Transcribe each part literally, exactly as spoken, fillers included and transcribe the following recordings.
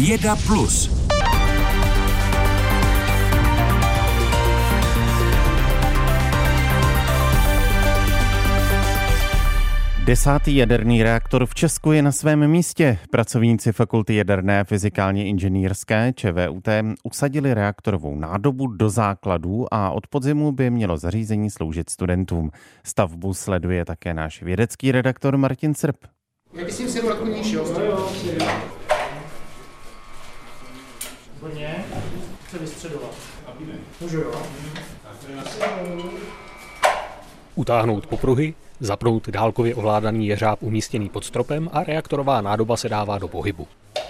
Věda plus. Desátý jaderný reaktor v Česku je na svém místě. Pracovníci Fakulty jaderné a fyzikálně inženýrské ČVUT usadili reaktorovou nádobu do základů a od podzimu by mělo zařízení sloužit studentům. Stavbu sleduje také náš vědecký redaktor Martin Srb. Já myslím si trochu níž, jo? Hodně. Chce vystředovat. Můžu, jo? Utáhnout popruhy, zapnout dálkově ovládaný jeřáb umístěný pod stropem a reaktorová nádoba se dává do pohybu.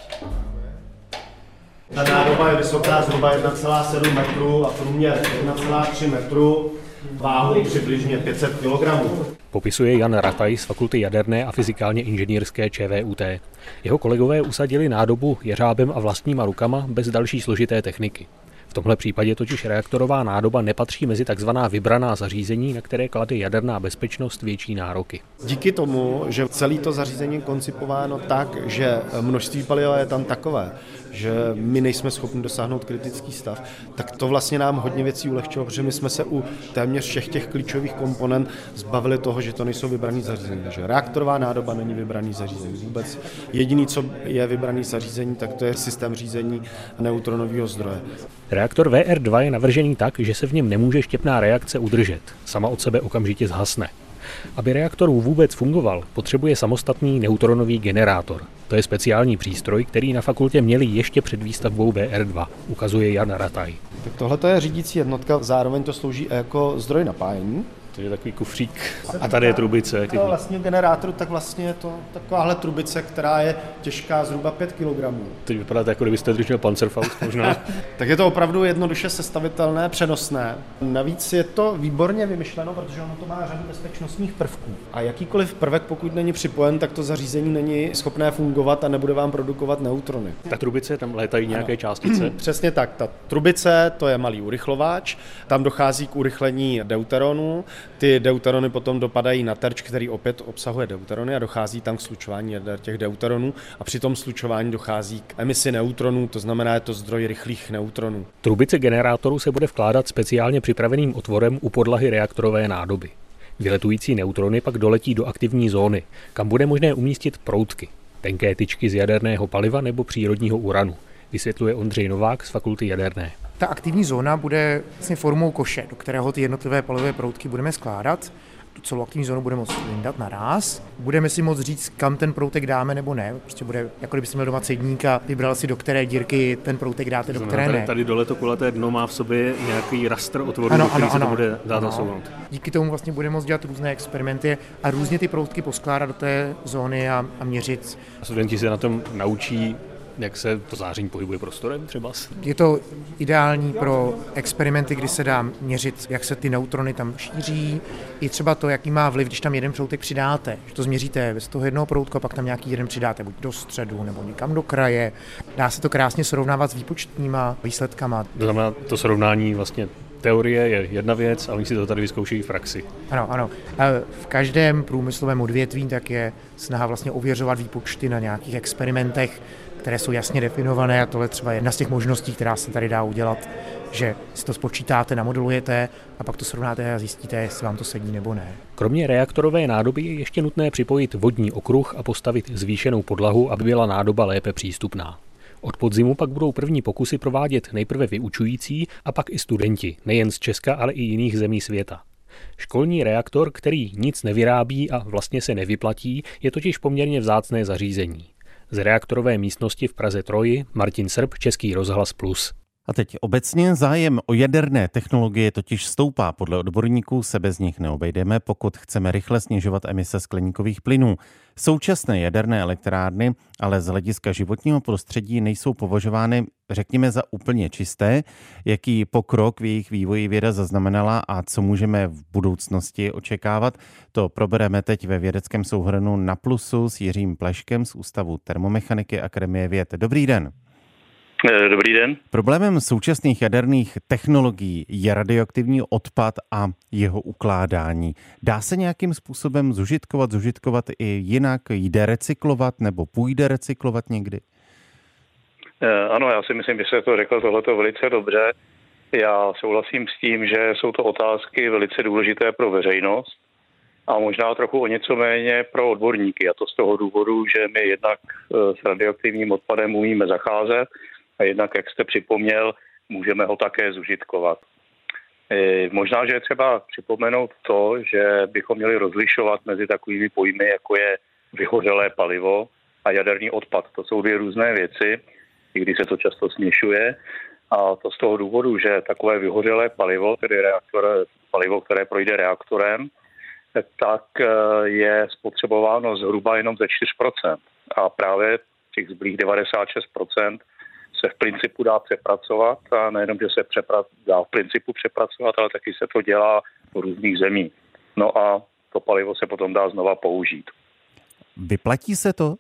Ta nádoba je vysoká zhruba jedna celá sedm metru a průměr jedna celá tři metru, váhou přibližně pět set kilogramů. Popisuje Jan Rataj z Fakulty jaderné a fyzikálně inženýrské ČVUT. Jeho kolegové usadili nádobu jeřábem a vlastníma rukama bez další složité techniky. V tomhle případě totiž reaktorová nádoba nepatří mezi takzvaná vybraná zařízení, na které klade jaderná bezpečnost větší nároky. Díky tomu, že celé to zařízení je koncipováno tak, že množství paliva je tam takové, že my nejsme schopni dosáhnout kritický stav, tak to vlastně nám hodně věcí ulehčilo, protože my jsme se u téměř všech těch klíčových komponent zbavili toho, že to nejsou vybraný zařízení. Že reaktorová nádoba není vybraný zařízení vůbec. Jediný, co je vybraný zařízení, tak to je systém řízení neutronového zdroje. Reaktor V R dva je navržený tak, že se v něm nemůže štěpná reakce udržet. Sama od sebe okamžitě zhasne. Aby reaktor vůbec fungoval, potřebuje samostatný neutronový generátor. To je speciální přístroj, který na fakultě měli ještě před výstavbou V R dva, ukazuje Jan Rataj. Tak tohle je řídící jednotka, zároveň to slouží jako zdroj napájení. To je takový kufřík. A tady je trubice. To vlastně generátoru, tak vlastně je to takováhle trubice, která je těžká zhruba pět kilogramů. Teď vypadá jako kdybyste držel Panzerfaust možná. Tak je to opravdu jednoduše sestavitelné, přenosné. Navíc je to výborně vymyšleno, protože ono to má řadu bezpečnostních prvků. A jakýkoliv prvek, pokud není připojen, tak to zařízení není schopné fungovat a nebude vám produkovat neutrony. Ta trubice, tam létají nějaké částice. Přesně tak. Ta trubice, to je malý urychlovač, tam dochází k urychlení deuteronu. Ty deuterony potom dopadají na terč, který opět obsahuje deuterony a dochází tam k slučování jader těch deuteronů a při tom slučování dochází k emisi neutronů, to znamená, je to zdroj rychlých neutronů. Trubice generátoru se bude vkládat speciálně připraveným otvorem u podlahy reaktorové nádoby. Vyletující neutrony pak doletí do aktivní zóny, kam bude možné umístit proutky, tenké tyčky z jaderného paliva nebo přírodního uranu, vysvětluje Ondřej Novák z Fakulty jaderné. Ta aktivní zóna bude vlastně formou koše, do kterého ty jednotlivé palivové proutky budeme skládat. Tu celou aktivní zónu budeme moct vyndat naráz. Budeme si moct říct, kam ten proutek dáme nebo ne. Prostě bude, jako kdybyste měl doma cedník a vybral si, do které dírky ten proutek dáte, do které ne. Tady dole to kulaté dno má v sobě nějaký rastr otvorů, ano, do který ano, se to ano. bude dát nasouvnout. Díky tomu vlastně budeme moct dělat různé experimenty a různě ty proutky poskládat do té zóny a, a měřit. A studenti se na tom naučí, jak se to záření pohybuje prostorem třeba? Je to ideální pro experimenty, kdy se dá měřit, jak se ty neutrony tam šíří, i třeba to, jaký má vliv, když tam jeden proutek přidáte. Že to změříte z toho jednoho proutku a pak tam nějaký jeden přidáte buď do středu nebo někam do kraje. Dá se to krásně srovnávat s výpočetníma výsledkama. To znamená, to srovnání vlastně teorie je jedna věc, ale oni si to tady vyzkoušejí v praxi. Ano, ano. V každém průmyslovém odvětví tak je snaha vlastně ověřovat výpočty na nějakých experimentech, které jsou jasně definované a tohle třeba jedna z těch možností, která se tady dá udělat, že si to spočítáte, namodelujete a pak to srovnáte a zjistíte, jestli vám to sedí nebo ne. Kromě reaktorové nádoby je ještě nutné připojit vodní okruh a postavit zvýšenou podlahu, aby byla nádoba lépe přístupná. Od podzimu pak budou první pokusy provádět nejprve vyučující a pak i studenti, nejen z Česka, ale i jiných zemí světa. Školní reaktor, který nic nevyrábí a vlastně se nevyplatí, je totiž poměrně vzácné zařízení. Z reaktorové místnosti v Praze Troji Martin Srb, Český rozhlas Plus. A teď obecně zájem o jaderné technologie totiž stoupá. Podle odborníků se bez nich neobejdeme, pokud chceme rychle snižovat emise skleníkových plynů. Současné jaderné elektrárny ale z hlediska životního prostředí nejsou považovány, řekněme, za úplně čisté. Jaký pokrok v jejich vývoji věda zaznamenala a co můžeme v budoucnosti očekávat, to probereme teď ve vědeckém souhrnu Na plusu s Jiřím Pleškem z Ústavu termomechaniky Akademie věd. Dobrý den. Dobrý den. Problémem současných jaderných technologií je radioaktivní odpad a jeho ukládání. Dá se nějakým způsobem zužitkovat, zužitkovat i jinak? Jde recyklovat nebo půjde recyklovat někdy? Ano, já si myslím, že se to řekl tohleto velice dobře. Já souhlasím s tím, že jsou to otázky velice důležité pro veřejnost a možná trochu o něco méně pro odborníky. A to z toho důvodu, že my jednak s radioaktivním odpadem umíme zacházet a jednak, jak jste připomněl, můžeme ho také zužitkovat. Možná, že je třeba připomenout to, že bychom měli rozlišovat mezi takovými pojmy, jako je vyhořelé palivo a jaderný odpad. To jsou dvě různé věci, i když se to často směšuje. A to z toho důvodu, že takové vyhořelé palivo, tedy reaktor, palivo, které projde reaktorem, tak je spotřebováno zhruba jenom ze čtyři procenta. A právě těch zbylých devadesát šest procent se v principu dá přepracovat a nejenom, že se přepra- dá v principu přepracovat, ale taky se to dělá v různých zemích. No a to palivo se potom dá znova použít. Vyplatí se to?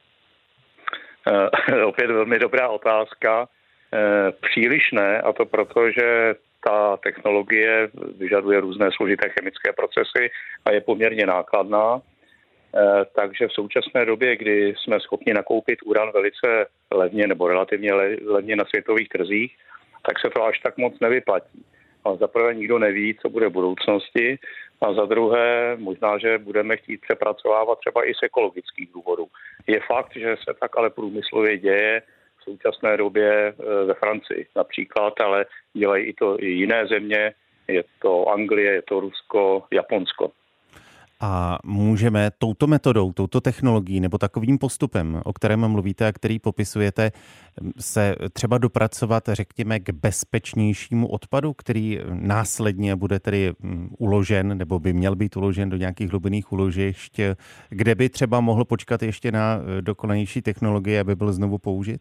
E, opět velmi dobrá otázka. E, příliš ne, a to proto, že ta technologie vyžaduje různé složité chemické procesy a je poměrně nákladná. Takže v současné době, kdy jsme schopni nakoupit uran velice levně nebo relativně levně na světových trzích, tak se to až tak moc nevyplatí. A za prvé nikdo neví, co bude v budoucnosti, a za druhé možná, že budeme chtít přepracovávat třeba i z ekologických důvodů. Je fakt, že se tak ale průmyslově děje v současné době ve Francii například, ale dělají i to i jiné země, je to Anglie, je to Rusko, Japonsko. A můžeme touto metodou, touto technologií nebo takovým postupem, o kterém mluvíte a který popisujete, se třeba dopracovat, řekněme, k bezpečnějšímu odpadu, který následně bude tedy uložen nebo by měl být uložen do nějakých hlubinných úložišť, kde by třeba mohl počkat ještě na dokonalejší technologie, aby byl znovu použit?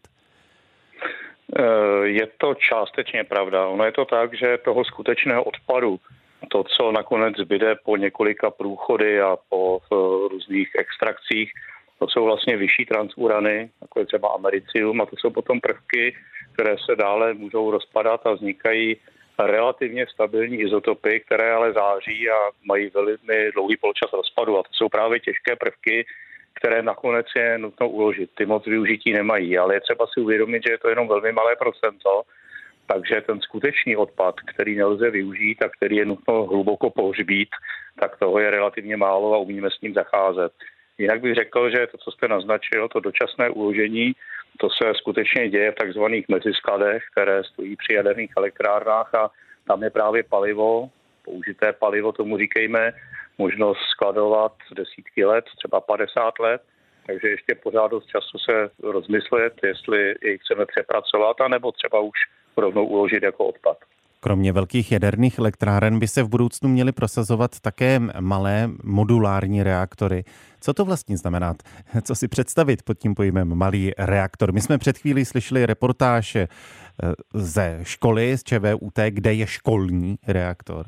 Je to částečně pravda. Ono je to tak, že toho skutečného odpadu, to, co nakonec zbyde po několika průchody a po různých extrakcích, to jsou vlastně vyšší transurany, jako je třeba americium, a to jsou potom prvky, které se dále můžou rozpadat a vznikají relativně stabilní izotopy, které ale září a mají velmi dlouhý poločas rozpadu. A to jsou právě těžké prvky, které nakonec je nutno uložit. Ty moc využití nemají, ale je třeba si uvědomit, že je to jenom velmi malé procento. Takže ten skutečný odpad, který nelze využít a který je nutno hluboko pohřbít, tak toho je relativně málo a umíme s ním zacházet. Jinak bych řekl, že to, co jste naznačil, to dočasné uložení, to se skutečně děje v takzvaných meziskladech, které stojí při jaderných elektrárnách, a tam je právě palivo, použité palivo, tomu říkejme, možnost skladovat desítky let, třeba padesát let. Takže ještě pořád dost času se rozmyslet, jestli jej chceme přepracovat, anebo třeba už rovnou uložit jako odpad. Kromě velkých jaderných elektráren by se v budoucnu měly prosazovat také malé modulární reaktory. Co to vlastně znamená? Co si představit pod tím pojmem malý reaktor? My jsme před chvílí slyšeli reportáž ze školy, z ČVUT, kde je školní reaktor.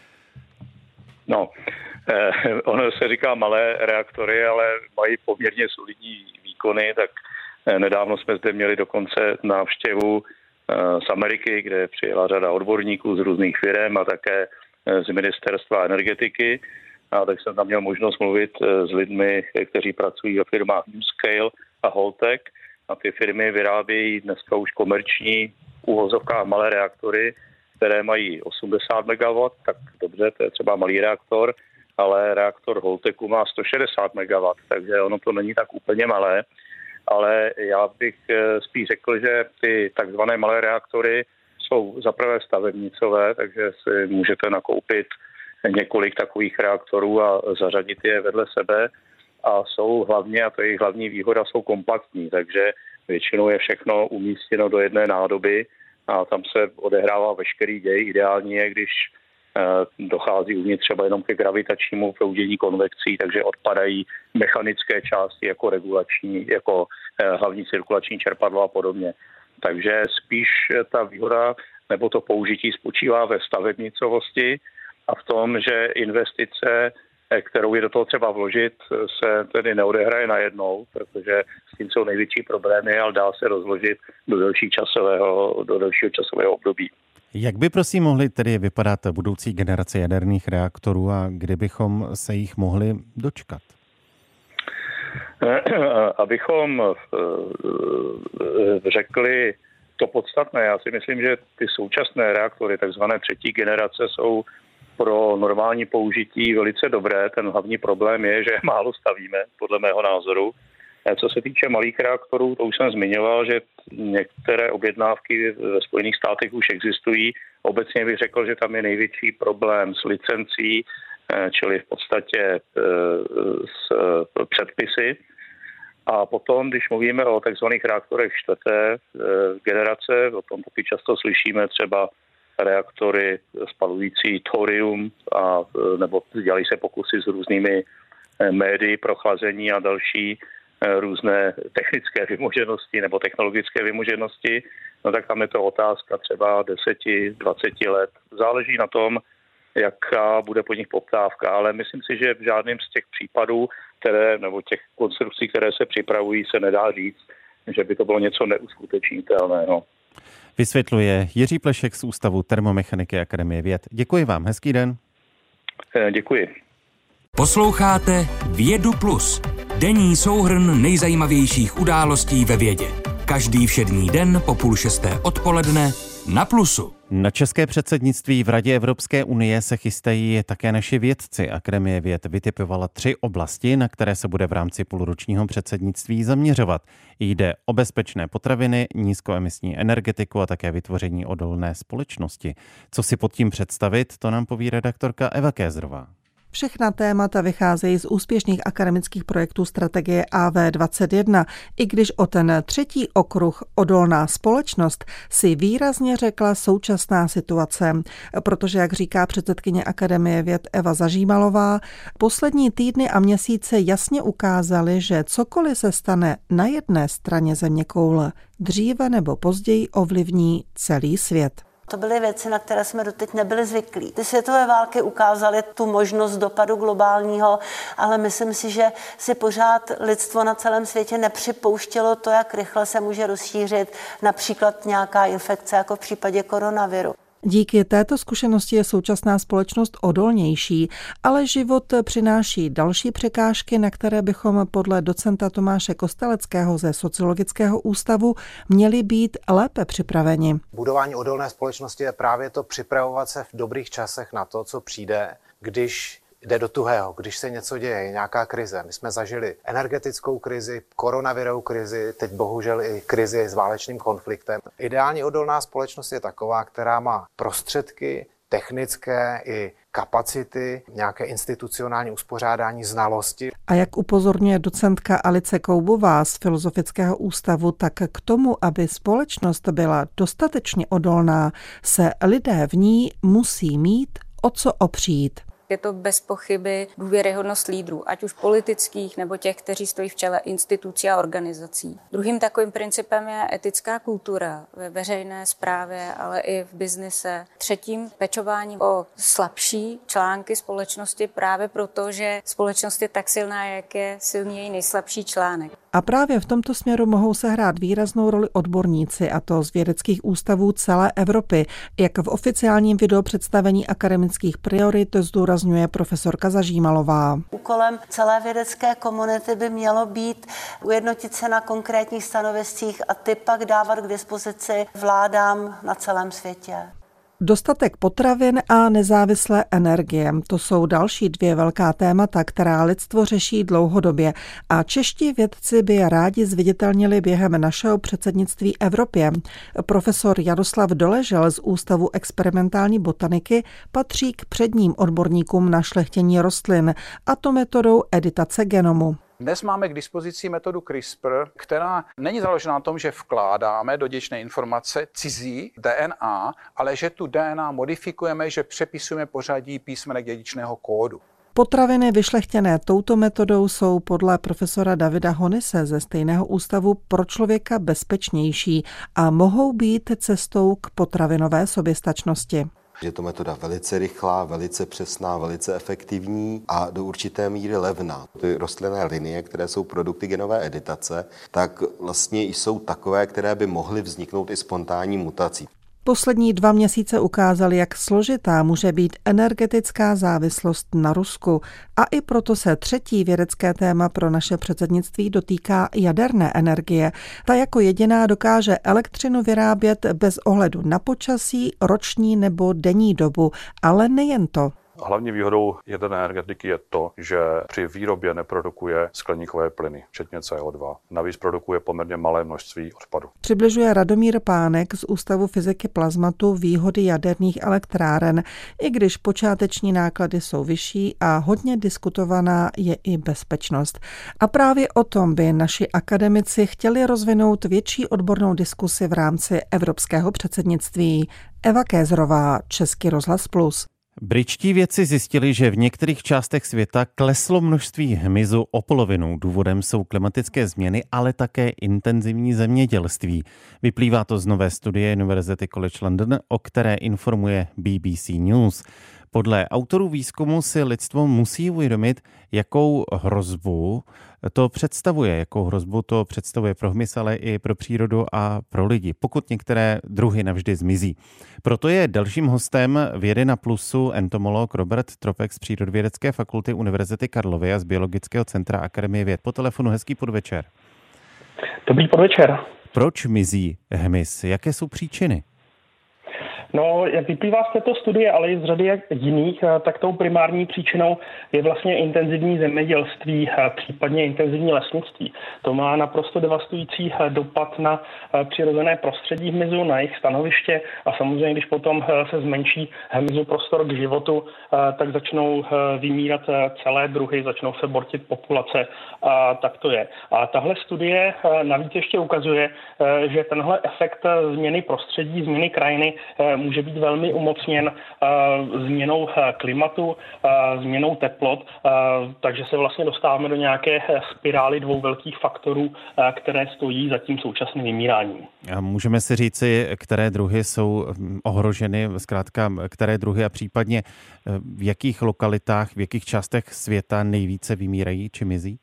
No, eh, ono se říká malé reaktory, ale mají poměrně solidní výkony, tak eh, nedávno jsme zde měli dokonce návštěvu z Ameriky, kde přijela řada odborníků z různých firm a také z ministerstva energetiky. A tak jsem tam měl možnost mluvit s lidmi, kteří pracují ve firmách NewScale a Holtec. A ty firmy vyrábějí dneska už komerční uvozovkách malé reaktory, které mají osmdesát megawattů, tak dobře, to je třeba malý reaktor, ale reaktor Holtecu má sto šedesát megawattů, takže ono to není tak úplně malé. Ale já bych spíš řekl, že ty takzvané malé reaktory jsou zaprvé stavebnicové, takže si můžete nakoupit několik takových reaktorů a zařadit je vedle sebe. A jsou hlavně, a to je jejich hlavní výhoda, jsou kompaktní, takže většinou je všechno umístěno do jedné nádoby a tam se odehrává veškerý děj. Ideální je, když dochází uvnitř třeba jenom ke gravitačnímu proudění konvekcí, takže odpadají mechanické části jako regulační, jako hlavní cirkulační čerpadlo a podobně. Takže spíš ta výhoda nebo to použití spočívá ve stavebnicovosti a v tom, že investice, kterou je do toho třeba vložit, se tedy neodehraje najednou, protože s tím jsou největší problémy, ale dá se rozložit do delšího časového, do delšího časového období. Jak by prosím mohly tedy vypadat budoucí generace jaderných reaktorů a kdy bychom se jich mohli dočkat? Abychom řekli to podstatné, já si myslím, že ty současné reaktory, takzvané třetí generace, jsou pro normální použití velice dobré. Ten hlavní problém je, že málo stavíme, podle mého názoru. Co se týče malých reaktorů, to už jsem zmiňoval, že některé objednávky ve Spojených státech už existují. Obecně bych řekl, že tam je největší problém s licencí, čili v podstatě s předpisy. A potom, když mluvíme o takzvaných reaktorech čtvrté generace, o tom taky často slyšíme třeba reaktory spalující thorium, a, nebo dělají se pokusy s různými médii pro chlazení a další různé technické vymoženosti nebo technologické vymoženosti, no tak tam je to otázka třeba deset dvacet let. Záleží na tom, jaká bude po nich poptávka, ale myslím si, že v žádném z těch případů, které, nebo těch konstrukcí, které se připravují, se nedá říct, že by to bylo něco neuskutečnitelného. Vysvětluje Jiří Plešek z Ústavu termomechaniky Akademie věd. Děkuji vám, hezký den. Děkuji. Posloucháte Vědu plus, denní souhrn nejzajímavějších událostí ve vědě. Každý všední den po půl šesté odpoledne na Plusu. Na české předsednictví v Radě Evropské unie se chystají také naši vědci. Akademie věd vytipovala tři oblasti, na které se bude v rámci půlročního předsednictví zaměřovat. Jde o bezpečné potraviny, nízkoemisní energetiku a také vytvoření odolné společnosti. Co si pod tím představit, to nám poví redaktorka Eva Kézrová. Všechna témata vycházejí z úspěšných akademických projektů strategie A V dvacet jedna, i když o ten třetí okruh odolná společnost si výrazně řekla současná situace, protože, jak říká předsedkyně Akademie věd Eva Zažímalová, poslední týdny a měsíce jasně ukázaly, že cokoliv se stane na jedné straně zeměkoule, dříve nebo později ovlivní celý svět. To byly věci, na které jsme doteď nebyli zvyklí. Ty světové války ukázaly tu možnost dopadu globálního, ale myslím si, že si pořád lidstvo na celém světě nepřipouštělo to, jak rychle se může rozšířit například nějaká infekce, jako v případě koronaviru. Díky této zkušenosti je současná společnost odolnější, ale život přináší další překážky, na které bychom podle docenta Tomáše Kosteleckého ze Sociologického ústavu měli být lépe připraveni. Budování odolné společnosti je právě to připravovat se v dobrých časech na to, co přijde, když jde do tuhého, když se něco děje, nějaká krize. My jsme zažili energetickou krizi, koronavirovou krizi, teď bohužel i krizi s válečným konfliktem. Ideální odolná společnost je taková, která má prostředky, technické i kapacity, nějaké institucionální uspořádání, znalosti. A jak upozorňuje docentka Alice Koubová z Filozofického ústavu, tak k tomu, aby společnost byla dostatečně odolná, se lidé v ní musí mít o co opřít. Je to bez pochyby důvěryhodnost lídrů, ať už politických nebo těch, kteří stojí v čele institucí a organizací. Druhým takovým principem je etická kultura ve veřejné správě, ale i v biznise. Třetím pečování o slabší články společnosti právě proto, že společnost je tak silná, jak je silný její nejslabší článek. A právě v tomto směru mohou sehrát výraznou roli odborníci, a to z vědeckých ústavů celé Evropy, jak v oficiálním videopředstavení akademických priorit zdůrazňuje profesorka Zažímalová. Úkolem celé vědecké komunity by mělo být ujednotit se na konkrétních stanoviscích a ty pak dávat k dispozici vládám na celém světě. Dostatek potravin a nezávislé energie. To jsou další dvě velká témata, která lidstvo řeší dlouhodobě. A čeští vědci by je rádi zviditelnili během našeho předsednictví Evropě. Profesor Jaroslav Doležel z Ústavu experimentální botaniky patří k předním odborníkům na šlechtění rostlin, a to metodou editace genomu. Dnes máme k dispozici metodu CRISPR, která není založena na tom, že vkládáme do dědičné informace cizí D N A, ale že tu D N A modifikujeme, že přepisujeme pořadí písmenek dědičného kódu. Potraviny vyšlechtěné touto metodou jsou podle profesora Davida Honise ze stejného ústavu pro člověka bezpečnější a mohou být cestou k potravinové soběstačnosti. Je to metoda velice rychlá, velice přesná, velice efektivní a do určité míry levná. Ty rostlinné linie, které jsou produkty genové editace, tak vlastně jsou takové, které by mohly vzniknout i spontánní mutací. Poslední dva měsíce ukázaly, jak složitá může být energetická závislost na Rusku a i proto se třetí vědecké téma pro naše předsednictví dotýká jaderné energie. Ta jako jediná dokáže elektřinu vyrábět bez ohledu na počasí, roční nebo denní dobu, ale nejen to. Hlavní výhodou jaderné energetiky je to, že při výrobě neprodukuje skleníkové plyny, včetně C O dva. Navíc produkuje poměrně malé množství odpadu. Přibližuje Radomír Pánek z Ústavu fyziky plazmatu výhody jaderných elektráren, i když počáteční náklady jsou vyšší a hodně diskutovaná je i bezpečnost. A právě o tom by naši akademici chtěli rozvinout větší odbornou diskusi v rámci evropského předsednictví. Eva Kézrová, Český rozhlas Plus. Britští vědci zjistili, že v některých částech světa kleslo množství hmyzu o polovinu. Důvodem jsou klimatické změny, ale také intenzivní zemědělství. Vyplývá to z nové studie University College London, o které informuje B B C News. Podle autorů výzkumu si lidstvo musí uvědomit, jakou hrozbu to představuje, jakou hrozbu to představuje pro hmyz, ale i pro přírodu a pro lidi, pokud některé druhy navždy zmizí. Proto je dalším hostem Vědy na plusu entomolog Robert Tropek z Přírodovědecké fakulty Univerzity Karlovy a z Biologického centra Akademie věd. Po telefonu hezký podvečer. Dobrý podvečer. Proč mizí hmyz? Jaké jsou příčiny? No, jak vyplývá z této studie, ale i z řady jiných, tak tou primární příčinou je vlastně intenzivní zemědělství, případně intenzivní lesnictví. To má naprosto devastující dopad na přirozené prostředí hmyzu, na jejich stanoviště a samozřejmě, když potom se zmenší hmyzu prostor k životu, tak začnou vymírat celé druhy, začnou se bortit populace a tak to je. A tahle studie navíc ještě ukazuje, že tenhle efekt změny prostředí, změny krajiny může být velmi umocněn uh, změnou uh, klimatu, uh, změnou teplot, uh, takže se vlastně dostáváme do nějaké spirály dvou velkých faktorů, uh, které stojí za tím současným vymíráním. A můžeme si říci, které druhy jsou ohroženy, zkrátka které druhy a případně v jakých lokalitách, v jakých částech světa nejvíce vymírají či mizí?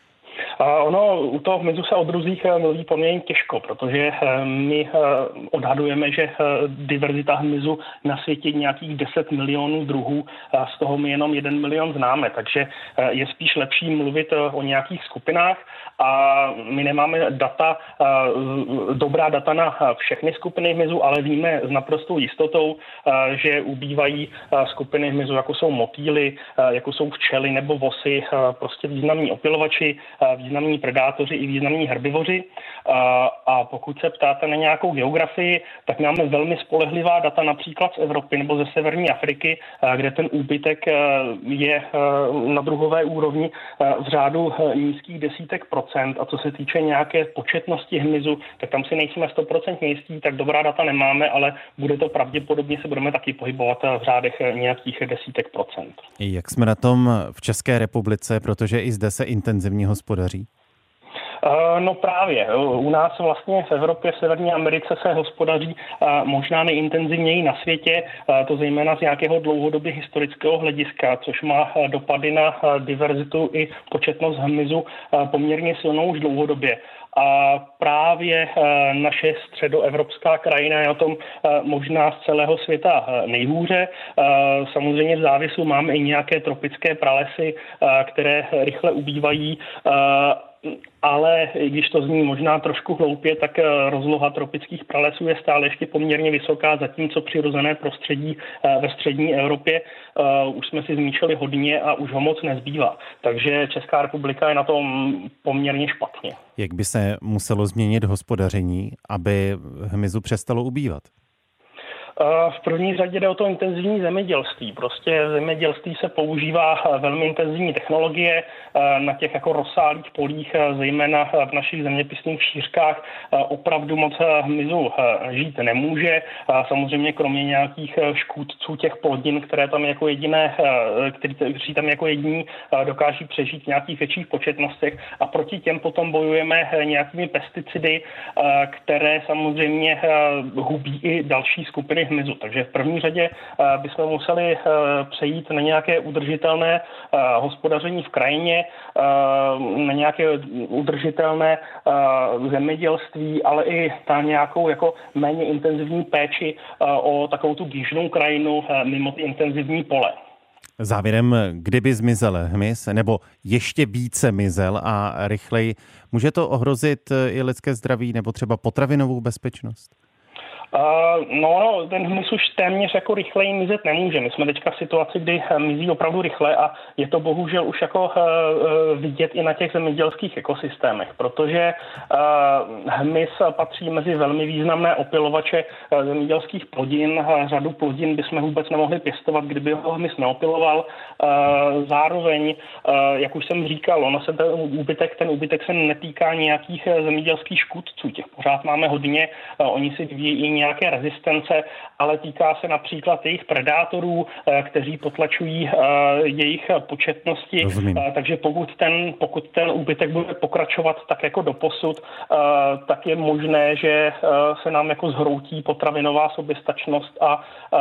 Ono u toho hmyzu se o druzích mluví poměrně těžko, protože my odhadujeme, že diverzita hmyzu na světě nějakých deset milionů druhů, z toho my jenom jeden milion známe, takže je spíš lepší mluvit o nějakých skupinách a my nemáme data, dobrá data na všechny skupiny hmyzu, ale víme s naprostou jistotou, že ubývají skupiny hmyzu, jako jsou motýly, jako jsou včely nebo vosy, prostě významní opylovači, významní predátoři i významní herbivoři. A pokud se ptáte na nějakou geografii, tak máme velmi spolehlivá data například z Evropy nebo ze severní Afriky, kde ten úbytek je na druhové úrovni v řádu nízkých desítek procent. A co se týče nějaké početnosti hmyzu, tak tam si nejsme sto procent jistí, tak dobrá data nemáme, ale bude to pravděpodobně, se budeme taky pohybovat v řádech nějakých desítek procent. Jak jsme na tom v České republice, protože i zde se intenzivně hospodaří? No právě. U nás vlastně v Evropě, v Severní Americe se hospodaří možná nejintenzivněji na světě, to zejména z nějakého dlouhodobě historického hlediska, což má dopady na diverzitu i početnost hmyzu poměrně silnou už dlouhodobě. A právě naše středoevropská krajina je o tom možná z celého světa nejhůře. Samozřejmě v závisu máme i nějaké tropické pralesy, které rychle ubývají, ale i když to zní možná trošku hloupě, tak rozloha tropických pralesů je stále ještě poměrně vysoká, zatímco přirozené prostředí ve střední Evropě už jsme si zmíšeli hodně a už ho moc nezbývá. Takže Česká republika je na tom poměrně špatně. Jak by se muselo změnit hospodaření, aby hmyzu přestalo ubývat? V první řadě jde o to intenzivní zemědělství. Prostě v zemědělství se používá velmi intenzivní technologie na těch jako rozsáhlých polích, zejména v našich zeměpisných šířkách. Opravdu moc hmyzu žít nemůže. Samozřejmě kromě nějakých škůdců těch plodin, které tam jako jediné, kteří tam jako jediní dokáží přežít v nějakých větších početnostech. A proti těm potom bojujeme nějakými pesticidy, které samozřejmě hubí i další skupiny hmyzu. Takže v první řadě bychom museli přejít na nějaké udržitelné hospodaření v krajině, na nějaké udržitelné zemědělství, ale i na nějakou jako méně intenzivní péči o takovou tu běžnou krajinu mimo ty intenzivní pole. Závěrem, kdyby zmizel hmyz, nebo ještě více mizel a rychleji, může to ohrozit i lidské zdraví nebo třeba potravinovou bezpečnost? Uh, no, no, ten hmyz už téměř jako rychleji mizet nemůže. My jsme teďka v situaci, kdy mizí opravdu rychle a je to bohužel už jako uh, vidět i na těch zemědělských ekosystémech, protože uh, hmyz patří mezi velmi významné opylovače uh, zemědělských plodin. Uh, řadu plodin bychom vůbec nemohli pěstovat, kdyby ho hmyz neopiloval. Uh, zároveň, uh, jak už jsem říkal, ono se ten úbytek, ten úbytek se netýká nějakých zemědělských škůdců. Těch pořád máme hodně, uh, oni si vyvíjí i nějaké rezistence, ale týká se například jejich predátorů, kteří potlačují jejich početnosti. Rozumím. Takže pokud ten, pokud ten úbytek bude pokračovat tak jako doposud, tak je možné, že se nám jako zhroutí potravinová soběstačnost a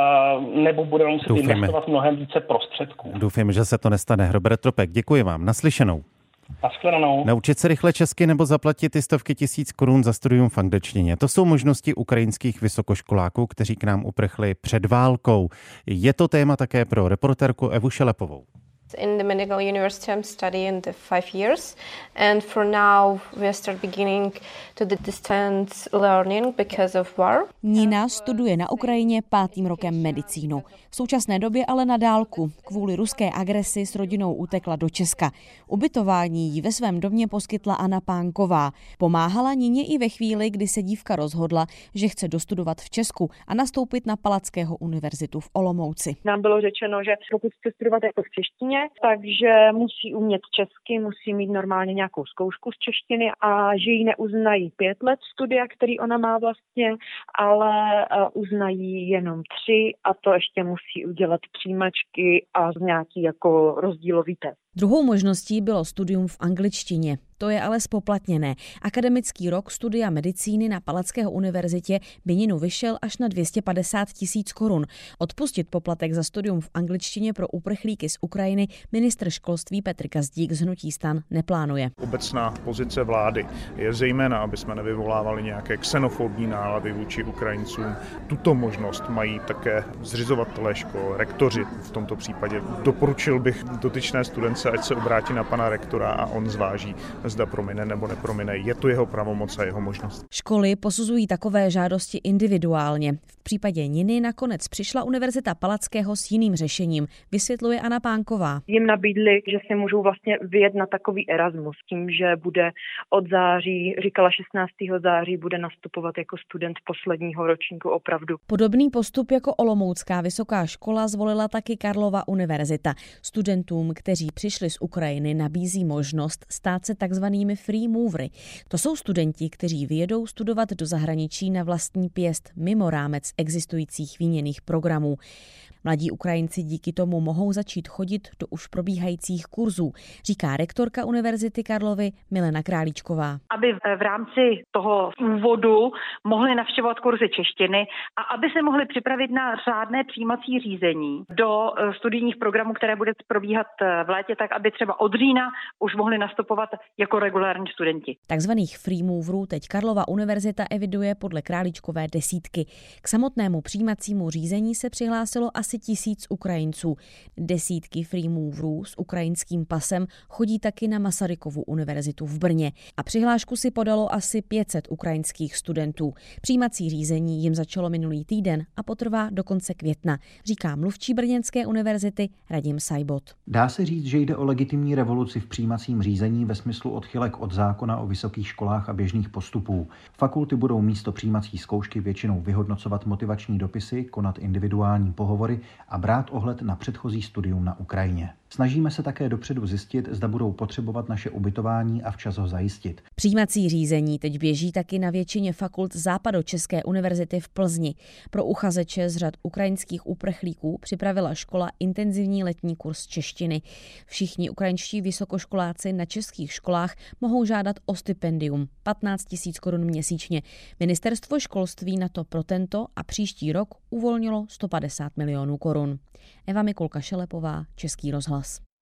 nebo budeme muset Doufujeme. investovat mnohem více prostředků. Doufám, že se to nestane. Robert Tropek, děkuji vám. Naslyšenou. Naschledanou. Naučit se rychle česky nebo zaplatit ty stovky tisíc korun za studium v angličtině. To jsou možnosti ukrajinských vysokoškoláků, kteří k nám uprchli před válkou. Je to téma také pro reportérku Evu Šelepovou. In the medical university I'm studying the five years and for now we start beginning to the distance learning because of war. Nina studuje na Ukrajině pátým rokem medicínu. V současné době ale na dálku. Kvůli ruské agresi s rodinou utekla do Česka. Ubytování jí ve svém domě poskytla Anna Pánková. Pomáhala Nině i ve chvíli, kdy se dívka rozhodla, že chce dostudovat v Česku a nastoupit na Palackého univerzitu v Olomouci. Nám bylo řečeno, že pokud chce studovat jako v češtině, takže musí umět česky, musí mít normálně nějakou zkoušku z češtiny a že ji neuznají pět let studia, který ona má vlastně, ale uznají jenom tři a to ještě musí udělat přijímačky a nějaký jako rozdílový test. Druhou možností bylo studium v angličtině. To je ale spoplatněné. Akademický rok studia medicíny na Palackého univerzitě by Ninu vyšel až na dvě stě padesát tisíc korun. Odpustit poplatek za studium v angličtině pro uprchlíky z Ukrajiny ministr školství Petr Gazdík z hnutí STAN neplánuje. Obecná pozice vlády je zejména, aby jsme nevyvolávali nějaké xenofobní nálady vůči Ukrajincům. Tuto možnost mají také zřizovatelé škol, rektoři v tomto případě. Doporučil bych dotyčné studence, ať se obrátí na pana rektora a on zváží, zda promine nebo nepromine. Je to jeho pravomoc a jeho možnost. Školy posuzují takové žádosti individuálně. V případě Niny nakonec přišla Univerzita Palackého s jiným řešením, vysvětluje Anna Pánková. Jim nabídli, že si můžou vlastně vyjednat takový Erasmus, tím, že bude od září, říkala šestnáctého září, bude nastupovat jako student posledního ročníku opravdu. Podobný postup jako Olomoucká vysoká škola zvolila taky Karlova univerzita. Studentům, kteří přišli z Ukrajiny, nabízí možnost stát se takzvanými free movery. To jsou studenti, kteří vyjedou studovat do zahraničí na vlastní pěst mimo rámec existujících výměnných programů. Mladí Ukrajinci díky tomu mohou začít chodit do už probíhajících kurzů, říká rektorka Univerzity Karlovy Milena Králíčková. Aby v rámci toho úvodu mohli navštěvovat kurzy češtiny a aby se mohli připravit na řádné přijímací řízení do studijních programů, které bude probíhat v létě, tak aby třeba od října už mohli nastupovat jako regulární studenti. Takzvaných free moverů teď Karlova univerzita eviduje podle Králíčkové desítky. K samotnému přijímacímu řízení se přihlásilo asi tisíc Ukrajinců. Desítky free moverů s ukrajinským pasem chodí taky na Masarykovu univerzitu v Brně a přihlášku si podalo asi pět set ukrajinských studentů. Přijímací řízení jim začalo minulý týden a potrvá do konce května, říká mluvčí Brněnské univerzity Radim Sajbot. Dá se říct, že jde o legitimní revoluci v přijímacím řízení ve smyslu odchylek od zákona o vysokých školách a běžných postupů. Fakulty budou místo přijímací zkoušky většinou vyhodnocovat motivační dopisy, konat individuální pohovory a brát ohled na předchozí studium na Ukrajině. Snažíme se také dopředu zjistit, zda budou potřebovat naše ubytování a včas ho zajistit. Přijímací řízení teď běží taky na většině fakult Západočeské univerzity v Plzni. Pro uchazeče z řad ukrajinských uprchlíků připravila škola intenzivní letní kurz češtiny. Všichni ukrajinští vysokoškoláci na českých školách mohou žádat o stipendium patnáct tisíc korun měsíčně. Ministerstvo školství na to pro tento a příští rok uvolnilo sto padesát milionů korun. Eva Mikulka Šelepová, Český rozhlas.